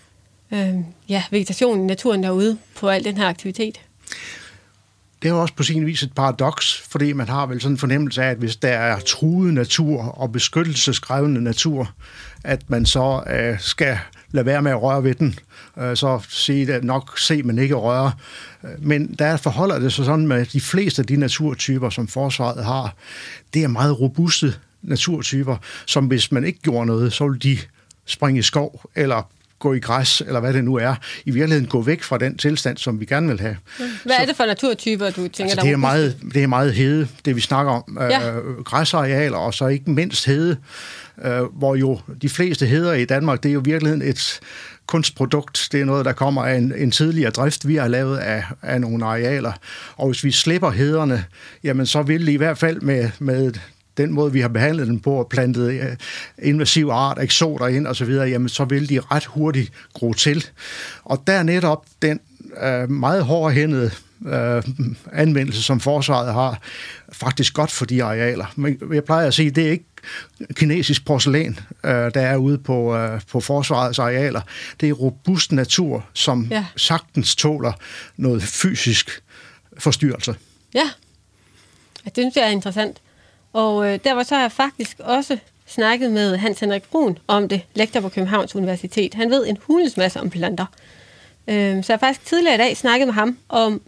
vegetationen i naturen derude på al den her aktivitet? Det er jo også på sin vis et paradoks, fordi man har vel sådan en fornemmelse af, at hvis der er truet natur og beskyttelseskrævende natur, at man så skal lade være med at røre ved den. Så sige det nok se, men ikke røre. Men der forholder det sig sådan med de fleste af de naturtyper, som forsvaret har. Det er meget robuste naturtyper, som hvis man ikke gjorde noget, så ville de springe i skov eller gå i græs, eller hvad det nu er, i virkeligheden gå væk fra den tilstand, som vi gerne vil have. Hvad er det for naturtyper, du tænker, altså, der det er meget hede, det vi snakker om. Græsarealer, og så ikke mindst hede, hvor jo de fleste heder i Danmark, det er jo i virkeligheden et kunstprodukt. Det er noget, der kommer af en tidligere drift, vi har lavet af nogle arealer. Og hvis vi slipper hederne, jamen så vil det i hvert fald med den måde, vi har behandlet dem på og plantet invasive arter, eksoter ind og så videre, jamen så vil de ret hurtigt gro til. Og der er netop den meget hårdhændede anvendelse, som forsvaret har, faktisk godt for de arealer. Men jeg plejer at sige, det er ikke kinesisk porcelæn, der er ude på forsvarets arealer. Det er robust natur, som sagtens tåler noget fysisk forstyrrelse. Ja, det synes jeg er interessant. Og der var så har jeg faktisk også snakket med Hans Henrik Brun om det, lektor på Københavns Universitet. Han ved en hulens masse om planter. Så jeg har faktisk tidligere i dag snakket med ham om,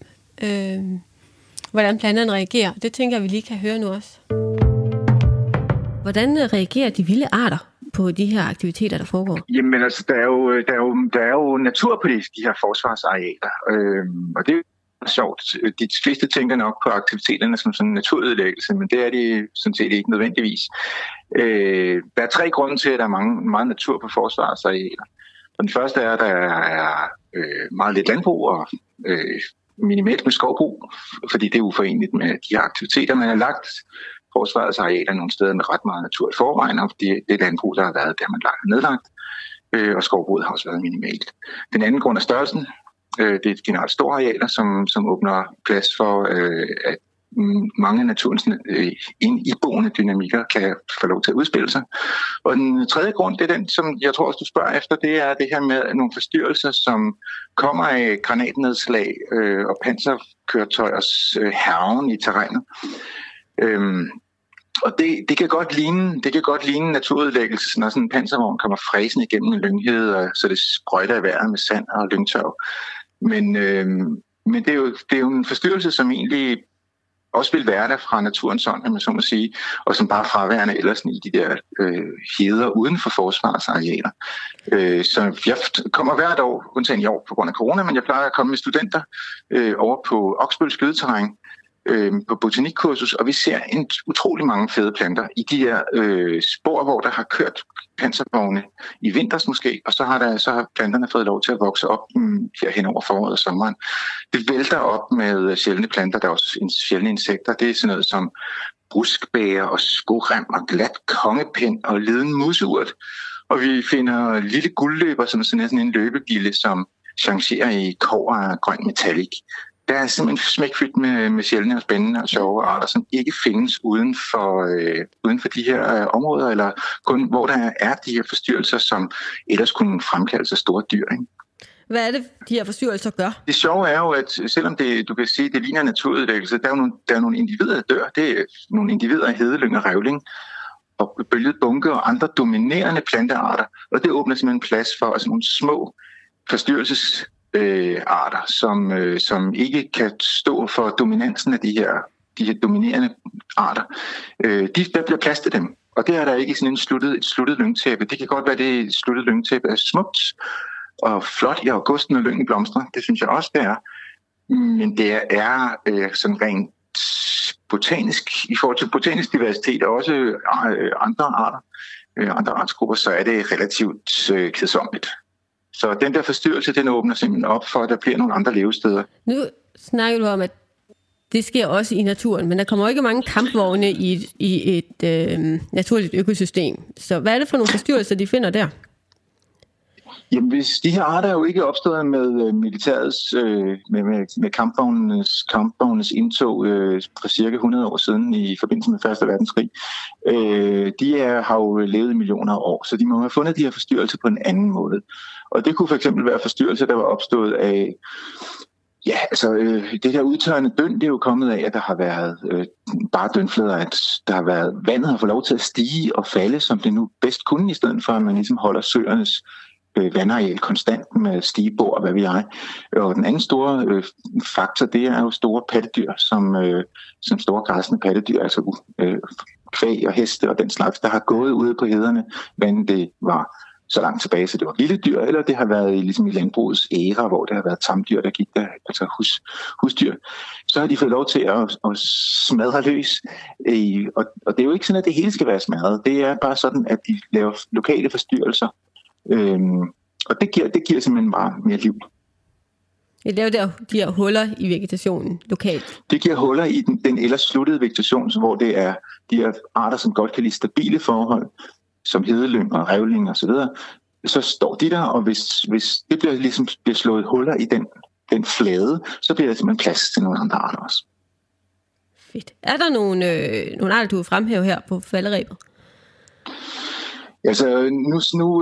hvordan planterne reagerer. Det tænker jeg, vi lige kan høre nu også. Hvordan reagerer de vilde arter på de her aktiviteter, der foregår? Jamen altså, der er jo natur på de her forsvarsarealer, og det er sjovt. De fleste tænker nok på aktiviteterne som sådan en naturødelæggelse, men det er de sådan set ikke nødvendigvis. Der er 3 grunde til, at der er meget natur på forsvarsarealer. Den første er, at der er meget lidt landbrug og minimalt med skovbrug, fordi det er uforeneligt med de her aktiviteter. Man har lagt forsvarets arealer nogle steder med ret meget natur i forvejen, og det landbrug, der har været, der man har nedlagt, og skovbruget har også været minimalt. Den anden grund er størrelsen. Det er generelt store arealer, som åbner plads for, at mange af naturens iboende dynamikker kan få lov til at udspille sig. Og den tredje grund, det er den, som jeg tror også, du spørger efter, det er det her med nogle forstyrrelser, som kommer af granatnedslag og panserkøretøjers hærgen i terrænet. Og det kan godt ligne naturødelæggelse, når sådan en panservogn kommer fræsende igennem en lynghede, og så det sprøjter i vejret med sand og lyngtørv. Men det er jo en forstyrrelse, som egentlig også vil være der fra naturens hånd, man så må sige, og som bare fraværende ellers i de der heder uden for forsvarsarealer. Så jeg kommer hvert år, undtagen i år på grund af corona, men jeg plejer at komme med studenter over på Oksbøl skydeterræn på botanikkursus, og vi ser utrolig mange fede planter i de her spor, hvor der har kørt panservogne i vinters måske, og så har planterne fået lov til at vokse op her hen over foråret og sommeren. Det vælter op med sjældne planter, der er også sjældne insekter. Det er sådan noget som bruskbæger og skorem og glat kongepind og liden museurt. Og vi finder lille guldløber, som er sådan en løbebille, som changerer i kobber og grøn metallik. Der er simpelthen smækfyldt med sjældne og spændende og sjove arter, som ikke findes uden for de her områder, eller kun hvor der er de her forstyrrelser, som ellers kunne fremkaldes af store dyr. Ikke? Hvad er det, de her forstyrrelser gør? Det sjove er jo, at selvom du kan sige, det ligner naturødelæggelse, der er nogle individer, der dør. Det er nogle individer af hedelyng og revling, og bølget bunke og andre dominerende plantearter. Og det åbner simpelthen plads for altså nogle små forstyrrelsesarter, som ikke kan stå for dominansen af de her dominerende arter. Der bliver plads til dem. Og det er der ikke sådan et sluttet lyngtæppe. Det kan godt være, det sluttet lyngtæppe er smukt og flot i augusten, når lyngen blomstrer. Det synes jeg også, det er. Men det er sådan rent botanisk, i forhold til botanisk diversitet og også andre arter, andre artsgrupper, så er det relativt kedsommeligt. Så den der forstyrrelse, den åbner simpelthen op for, at der bliver nogle andre levesteder. Nu snakker du om, at det sker også i naturen, men der kommer ikke mange kampvogne i et naturligt økosystem. Så hvad er det for nogle forstyrrelser, de finder der? Jamen, hvis de her arter er jo ikke opstået med militærets, med kampvognenes indtog for cirka 100 år siden i forbindelse med 1. verdenskrig. Har jo levet i millioner af år, så de må have fundet de her forstyrrelser på en anden måde. Og det kunne for eksempel være forstyrrelser, der var opstået af, det der udtørrende døn, det er jo kommet af, at der har været bare dønflader, at der har været, vandet har fået lov til at stige og falde, som det nu bedst kunne, i stedet for at man ligesom holder søernes vandareal konstant med stigebord og hvad ved jeg. Og den anden store faktor, det er jo store pattedyr, som store græsende pattedyr, altså kvæg og heste og den slags, der har gået ude på hederne, men det var så langt tilbage, så det var vilde dyr, eller det har været ligesom i landbrugets æra, hvor det har været tamdyr, der gik der, altså husdyr. Så har de fået lov til at smadre løs. Og det er jo ikke sådan, at det hele skal være smadret. Det er bare sådan, at de laver lokale forstyrrelser. Og det giver simpelthen bare mere liv. Det laver de her huller i vegetationen lokalt. Det giver huller i den ellers sluttede vegetation, hvor det er de her arter, som godt kan lide stabile forhold, som hedelyng og revling og så videre. Så står de der, og hvis det bliver slået huller i den flade, så bliver der simpelthen plads til nogle andre arter også. Fedt. Er der nogle arter, du vil fremhæve her på falderebet? Altså, nu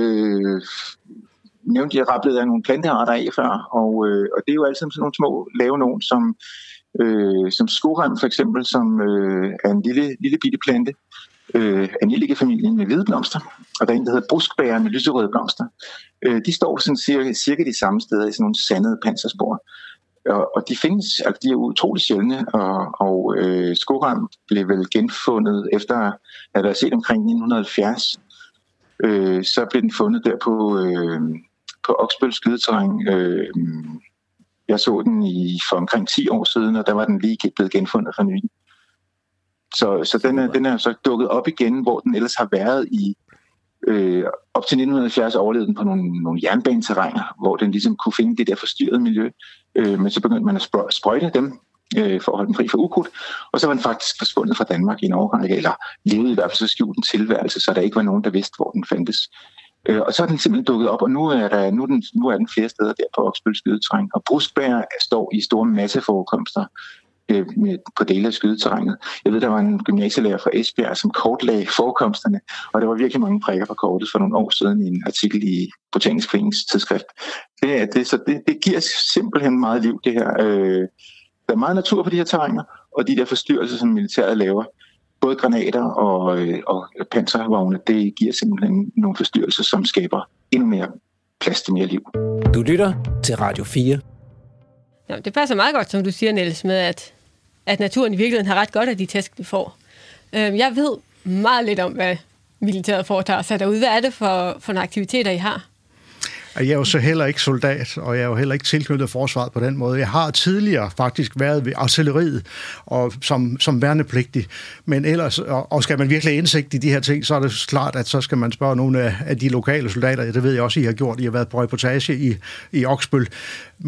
nævnte jeg rapplet af nogle plantearter af før, og det er jo altid sådan nogle små lave nogen, som skorem for eksempel, som er en lille bitte plante, Angelika-familien med hvide blomster, og der er en, der hedder bruskbærer med lyserøde blomster. De står sådan cirka de samme steder i sådan nogle sandede panserspor. Og de findes, altså de er utrolig sjældne, og skorem blev vel genfundet efter at have været set omkring 1970. Så blev den fundet der på Oksbøl skydeterræn. Jeg så den for omkring 10 år siden, og der var den lige blevet genfundet for nylig. Så den er så dukket op igen, hvor den ellers har været i op til 1970 overlevede den på nogle jernbaneterræner, hvor den ligesom kunne finde det der forstyrrede miljø. Men så begyndte man at sprøjte dem for at holde dem fri for ukrudt, og så var den faktisk forsvundet fra Danmark i en årrække, eller levede i hvert fald så skjult en tilværelse, så der ikke var nogen, der vidste, hvor den fandtes. Og så er den simpelthen dukket op, og nu er den flere steder der på Oksbøl skydeterræn, og bruskbær står i store masseforekomster på dele af skydeterrænet. Jeg ved, der var en gymnasielærer fra Esbjerg, som kortlagde forekomsterne, og der var virkelig mange prikker på kortet for nogle år siden i en artikel i Botanisk Forenings tidsskrift. Det giver simpelthen meget liv, det her. Der er meget natur på de her terræner, og de der forstyrrelser, som militæret laver, både granater og panservogne, det giver simpelthen nogle forstyrrelser, som skaber endnu mere plads til mere liv. Du lytter til Radio 4. Ja, det passer meget godt, som du siger, Niels, med at naturen i virkeligheden har ret godt af de tæsk, det får. Jeg ved meget lidt om, hvad militæret foretager sig derude. Hvad er det for nogle aktiviteter, I har? Jeg er jo så heller ikke soldat, og jeg er jo heller ikke tilknyttet forsvaret på den måde. Jeg har tidligere faktisk været ved artilleriet og som værnepligtig, men ellers, og skal man virkelig indsigt i de her ting, så er det klart, at så skal man spørge nogle af de lokale soldater. Det ved jeg også, I har gjort. I har været på reportage i Oksbøl. Men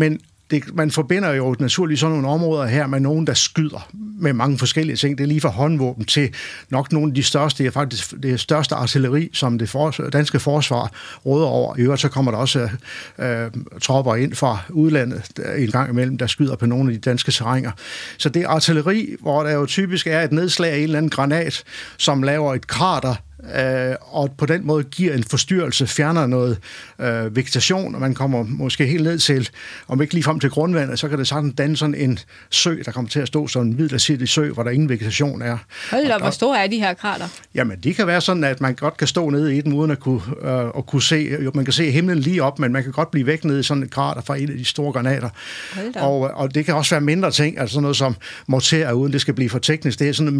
man forbinder jo naturligt sådan nogle områder her med nogen, der skyder med mange forskellige ting. Det er lige fra håndvåben til nok nogle af de største, det er faktisk det største artilleri, som det danske forsvar råder over. I øvrigt så kommer der også tropper ind fra udlandet en gang imellem, der skyder på nogle af de danske terrænger. Så det er artilleri, hvor der jo typisk er et nedslag af en eller anden granat, som laver et krater, og på den måde giver en forstyrrelse, fjerner noget vegetation, og man kommer måske helt ned til, om ikke lige frem til grundvandet, så kan det sådan danne sådan en sø, der kommer til at stå sådan en midlertidig sø, hvor der ingen vegetation er. Hold da, hvor store er de her krater? Jamen, de kan være sådan, at man godt kan stå nede i den, uden at kunne se, man kan se himlen lige op, men man kan godt blive væk nede i sådan et krater fra en af de store granater. Og det kan også være mindre ting, altså sådan noget som morterer, uden det skal blive for teknisk. Det er sådan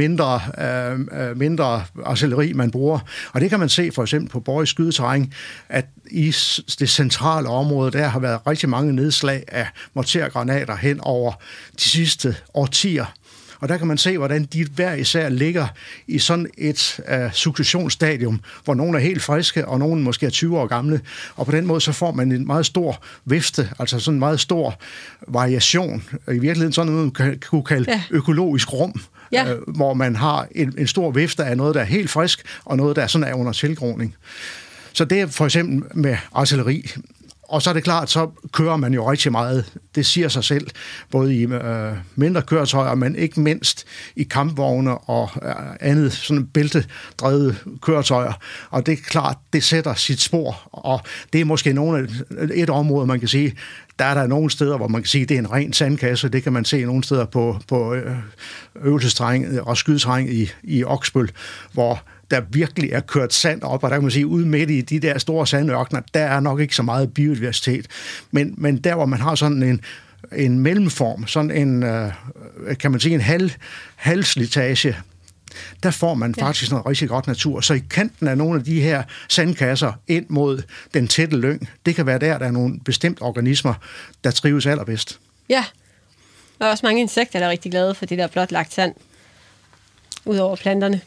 mindre artilleri, man bruger. Og det kan man se for eksempel på Borg skydeterræn, at i det centrale område, der har været rigtig mange nedslag af mortergranater hen over de sidste årtier. Og der kan man se, hvordan de hver især ligger i sådan et successionsstadium, hvor nogle er helt friske, og nogle måske er 20 år gamle. Og på den måde så får man en meget stor vifte, altså sådan en meget stor variation. I virkeligheden sådan noget, man kunne kalde økologisk rum. Ja. Hvor man har en stor vifte af noget, der er helt frisk, og noget, der sådan er under tilgroning. Så det er for eksempel med artilleri. Og så er det klart, så kører man jo rigtig meget. Det siger sig selv, både i mindre køretøjer, men ikke mindst i kampvogne og andet sådan bæltedrevet køretøjer. Og det er klart, det sætter sit spor. Og det er måske et område, man kan sige, der er der nogle steder, hvor man kan sige, at det er en ren sandkasse. Det kan man se nogle steder på øvelsesterræn og skydeterræn i Oksbøl, hvor der virkelig er kørt sand op, og der kan man sige, ude midt i de der store sandørkner, der er nok ikke så meget biodiversitet. Men der, hvor man har sådan en mellemform, sådan en, kan man sige, en halvslitage, der får man faktisk noget rigtig godt natur. Så i kanten af nogle af de her sandkasser ind mod den tætte lyng, det kan være der er nogle bestemte organismer, der trives allerbedst. Ja, der er også mange insekter, der er rigtig glade for det der blot lagt sand ud over planterne.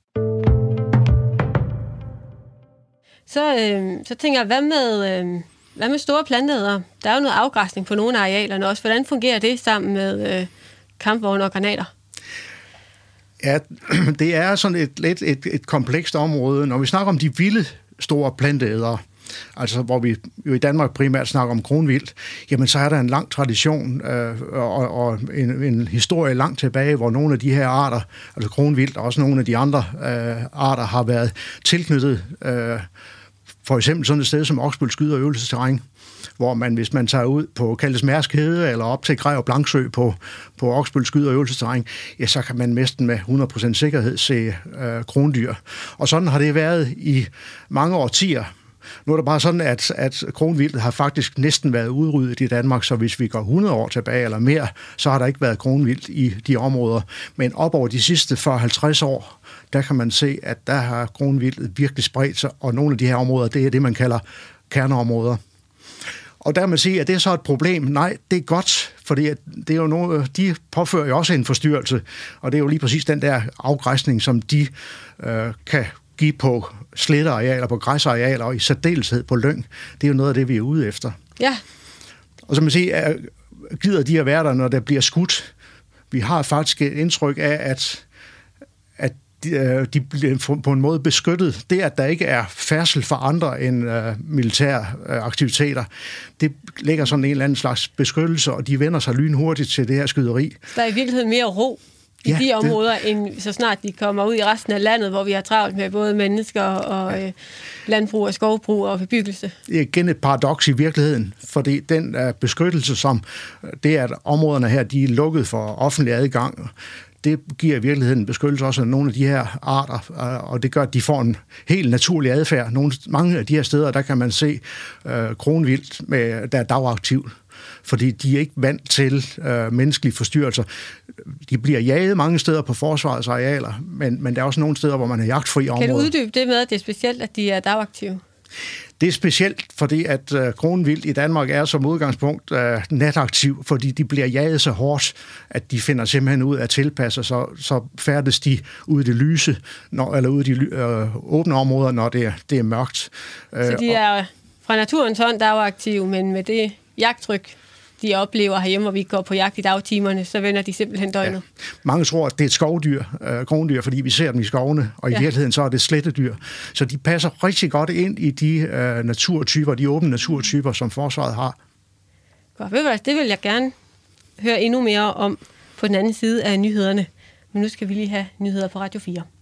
Så tænker jeg, hvad med store planteædere? Der er jo noget afgræsning på nogle af arealerne også. Hvordan fungerer det sammen med kampvogne og granater? Ja, det er sådan et komplekst område. Når vi snakker om de vilde store planteædere, altså hvor vi jo i Danmark primært snakker om kronvildt, jamen så er der en lang tradition og en historie langt tilbage, hvor nogle af de her arter, altså kronvildt og også nogle af de andre arter, har været tilknyttet for eksempel sådan et sted som Oksbøl skyde- og øvelsesterræn, hvor man, hvis man tager ud på Kaldes Mærsk Hede eller op til Grej og Blanksø på Oksbøl skyde- og øvelsesterræn, ja, så kan man næsten med 100% sikkerhed se krondyr. Og sådan har det været i mange årtier. Nu er det bare sådan, at kronvildt har faktisk næsten været udryddet i Danmark, så hvis vi går 100 år tilbage eller mere, så har der ikke været kronvildt i de områder. Men op over de sidste 40-50 år, der kan man se, at der har kronvildt virkelig spredt sig, og nogle af de her områder, det er det, man kalder kerneområder. Og der kan man sige, at det er så et problem. Nej, det er godt, fordi det er jo noget, de påfører jo også en forstyrrelse, og det er jo lige præcis den der afgræsning, som de kan give på slettearealer, på græsarealer og i særdeleshed på lyng. Det er jo noget af det, vi er ude efter. Ja. Og så man siger, gider de at være der, når der bliver skudt? Vi har faktisk et indtryk af, at de bliver på en måde beskyttet. Det, at der ikke er færdsel for andre end militære aktiviteter, det lægger sådan en eller anden slags beskyttelse, og de vender sig lynhurtigt til det her skyderi. Der er i virkeligheden mere ro i de områder, end så snart de kommer ud i resten af landet, hvor vi har travlt med både mennesker og landbrug og skovbrug og bebyggelse. Det er igen et paradoks i virkeligheden, fordi den beskyttelse, som det er, at områderne her, de er lukket for offentlig adgang, det giver i virkeligheden en beskyttelse også af nogle af de her arter, og det gør, at de får en helt naturlig adfærd. Mange af de her steder, der kan man se kronvildt, der er dagaktivt, fordi de er ikke vant til menneskelige forstyrrelser. De bliver jaget mange steder på forsvarets arealer, men der er også nogle steder, hvor man er jagtfri områder. Kan du uddybe det med, at det er specielt, at de er dagaktive? Det er specielt, fordi at kronvildt i Danmark er som udgangspunkt nataktiv, fordi de bliver jaget så hårdt, at de finder simpelthen ud af at tilpasse, så færdes de ude i det lyse, eller ude i de åbne områder, når det er mørkt. Så de er fra naturens hånd dagaktive, men med det jagttryk, de oplever herhjemme, hvor vi går på jagt i dagtimerne, så vender de simpelthen døgnet. Ja. Mange tror, at det er et skovdyr, krondyr, fordi vi ser dem i skovene, og i virkeligheden så er det slettedyr. Så de passer rigtig godt ind i de naturtyper, de åbne naturtyper, som forsvaret har. Godt, ved du hvad, det vil jeg gerne høre endnu mere om på den anden side af nyhederne. Men nu skal vi lige have nyheder på Radio 4.